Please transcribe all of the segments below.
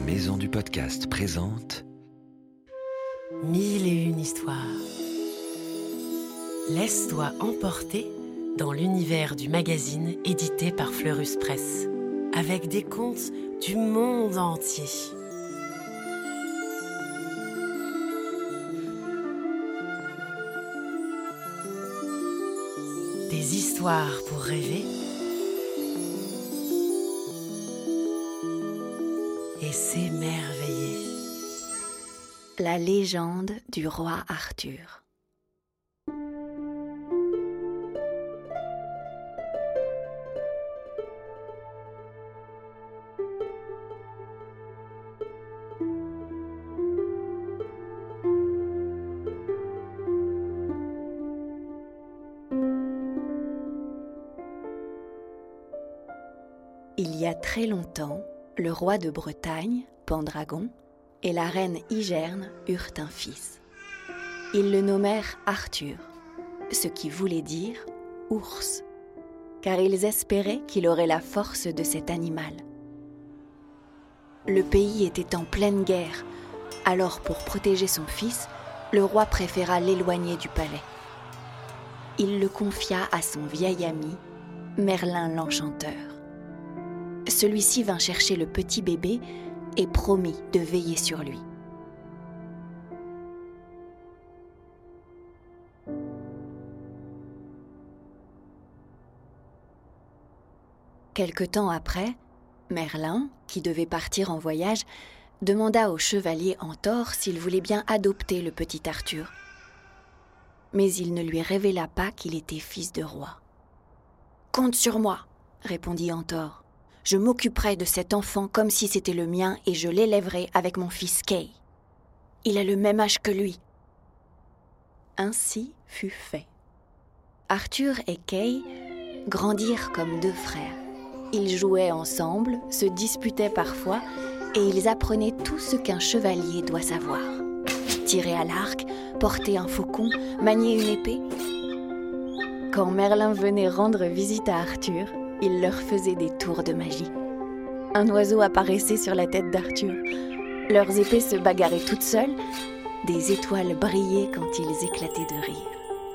Maison du podcast présente 1001 histoires. Laisse-toi emporter dans l'univers du magazine édité par Fleurus Press, avec des contes du monde entier. Des histoires pour rêver et s'émerveiller. La légende du roi Arthur. Il y a très longtemps, le roi de Bretagne, Pendragon, et la reine Hygerne eurent un fils. Ils le nommèrent Arthur, ce qui voulait dire « ours », car ils espéraient qu'il aurait la force de cet animal. Le pays était en pleine guerre, alors pour protéger son fils, le roi préféra l'éloigner du palais. Il le confia à son vieil ami, Merlin l'Enchanteur. Celui-ci vint chercher le petit bébé et promit de veiller sur lui. Quelque temps après, Merlin, qui devait partir en voyage, demanda au chevalier Antor s'il voulait bien adopter le petit Arthur. Mais il ne lui révéla pas qu'il était fils de roi. « Compte sur moi, » répondit Antor. « Je m'occuperai de cet enfant comme si c'était le mien et je l'élèverai avec mon fils Kay. Il a le même âge que lui. » Ainsi fut fait. Arthur et Kay grandirent comme deux frères. Ils jouaient ensemble, se disputaient parfois et ils apprenaient tout ce qu'un chevalier doit savoir. Tirer à l'arc, porter un faucon, manier une épée. Quand Merlin venait rendre visite à Arthur, il leur faisait des tours de magie. Un oiseau apparaissait sur la tête d'Arthur. Leurs épées se bagarraient toutes seules. Des étoiles brillaient quand ils éclataient de rire.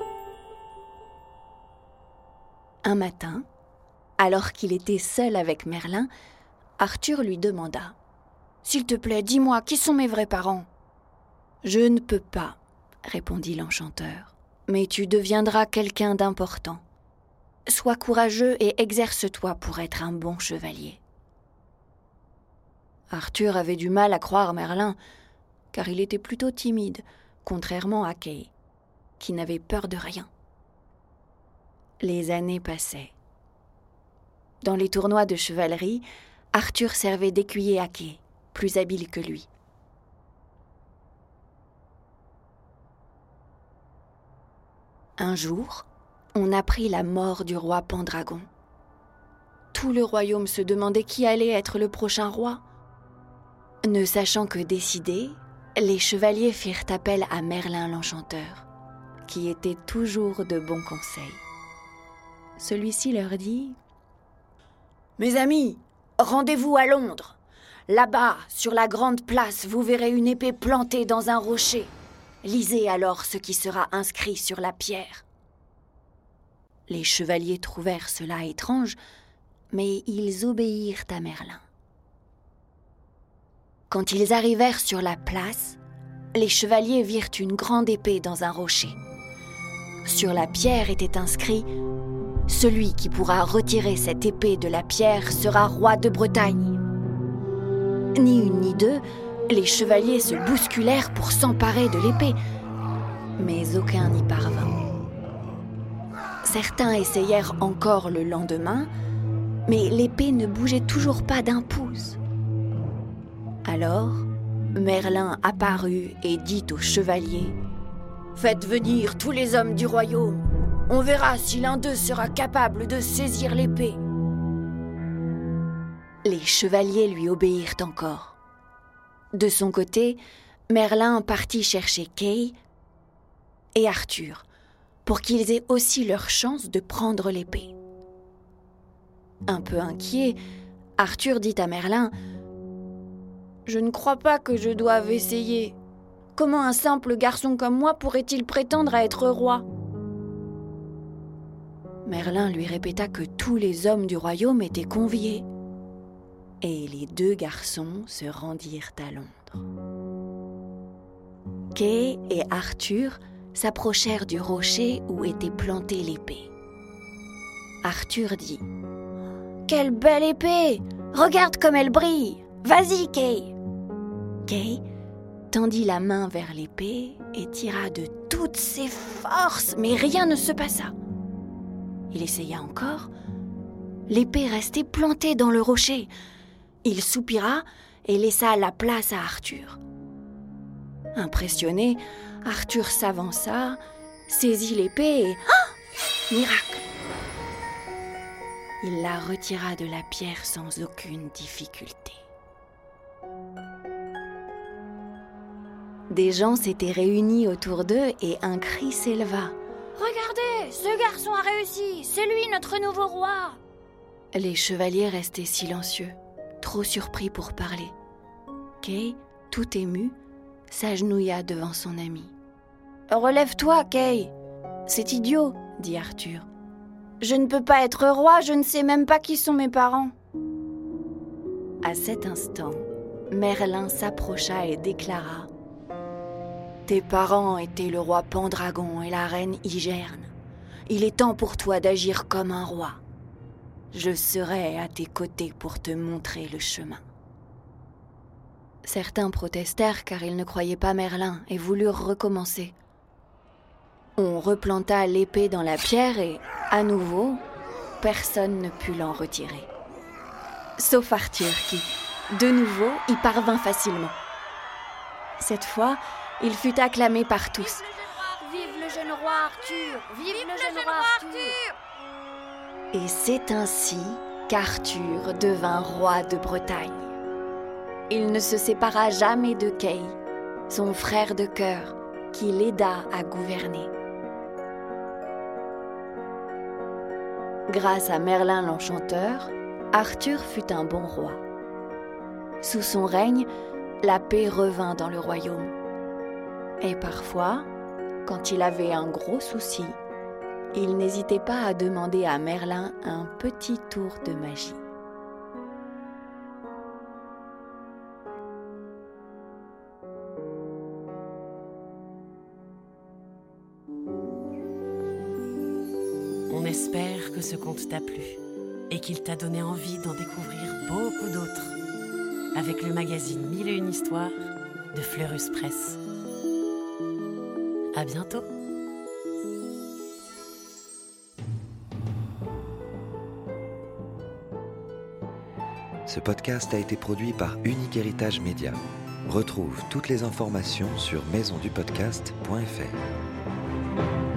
Un matin, alors qu'il était seul avec Merlin, Arthur lui demanda « S'il te plaît, dis-moi, qui sont mes vrais parents ?»« Je ne peux pas, » répondit l'enchanteur, « mais tu deviendras quelqu'un d'important. Sois courageux et exerce-toi pour être un bon chevalier. » Arthur avait du mal à croire Merlin, car il était plutôt timide, contrairement à Kay, qui n'avait peur de rien. Les années passaient. Dans les tournois de chevalerie, Arthur servait d'écuyer à Kay, plus habile que lui. Un jour, on apprit la mort du roi Pendragon. Tout le royaume se demandait qui allait être le prochain roi. Ne sachant que décider, les chevaliers firent appel à Merlin l'Enchanteur, qui était toujours de bons conseils. Celui-ci leur dit « Mes amis, rendez-vous à Londres. Là-bas, sur la grande place, vous verrez une épée plantée dans un rocher. Lisez alors ce qui sera inscrit sur la pierre. » Les chevaliers trouvèrent cela étrange, mais ils obéirent à Merlin. Quand ils arrivèrent sur la place, les chevaliers virent une grande épée dans un rocher. Sur la pierre était inscrit « Celui qui pourra retirer cette épée de la pierre sera roi de Bretagne. » Ni une ni deux, les chevaliers se bousculèrent pour s'emparer de l'épée, mais aucun n'y parvint. Certains essayèrent encore le lendemain, mais l'épée ne bougeait toujours pas d'un pouce. Alors, Merlin apparut et dit aux chevaliers « Faites venir tous les hommes du royaume. On verra si l'un d'eux sera capable de saisir l'épée. » Les chevaliers lui obéirent encore. De son côté, Merlin partit chercher Kay et Arthur, pour qu'ils aient aussi leur chance de prendre l'épée. Un peu inquiet, Arthur dit à Merlin Je ne crois pas que je doive essayer. Comment un simple garçon comme moi pourrait-il prétendre à être roi ? Merlin lui répéta que tous les hommes du royaume étaient conviés. Et les 2 garçons se rendirent à Londres. Kay et Arthur s'approchèrent du rocher où était plantée l'épée. Arthur dit « Quelle belle épée ! Regarde comme elle brille ! Vas-y, Kay !» Kay tendit la main vers l'épée et tira de toutes ses forces, mais rien ne se passa. Il essaya encore. L'épée restait plantée dans le rocher. Il soupira et laissa la place à Arthur. Impressionné, Arthur s'avança, saisit l'épée et... miracle! Il la retira de la pierre sans aucune difficulté. Des gens s'étaient réunis autour d'eux et un cri s'éleva. « Regardez, ce garçon a réussi, c'est lui notre nouveau roi !» Les chevaliers restaient silencieux, trop surpris pour parler. Kay, tout ému, s'agenouilla devant son ami. « Relève-toi, Kay !»« C'est idiot, » dit Arthur. « Je ne peux pas être roi, je ne sais même pas qui sont mes parents. » À cet instant, Merlin s'approcha et déclara « Tes parents étaient le roi Pendragon et la reine Hygerne. Il est temps pour toi d'agir comme un roi. Je serai à tes côtés pour te montrer le chemin. » Certains protestèrent car ils ne croyaient pas Merlin et voulurent recommencer. On replanta l'épée dans la pierre et, à nouveau, personne ne put l'en retirer. Sauf Arthur qui, de nouveau, y parvint facilement. Cette fois, il fut acclamé par tous. Vive le jeune roi Arthur! Vive le jeune roi Arthur! Et c'est ainsi qu'Arthur devint roi de Bretagne. Il ne se sépara jamais de Kay, son frère de cœur, qui l'aida à gouverner. Grâce à Merlin l'Enchanteur, Arthur fut un bon roi. Sous son règne, la paix revint dans le royaume. Et parfois, quand il avait un gros souci, il n'hésitait pas à demander à Merlin un petit tour de magie. On espère que ce conte t'a plu et qu'il t'a donné envie d'en découvrir beaucoup d'autres avec le magazine 1001 histoires de Fleurus Press. À bientôt. Ce podcast a été produit par Unique Héritage Média. Retrouve toutes les informations sur maisondupodcast.fr.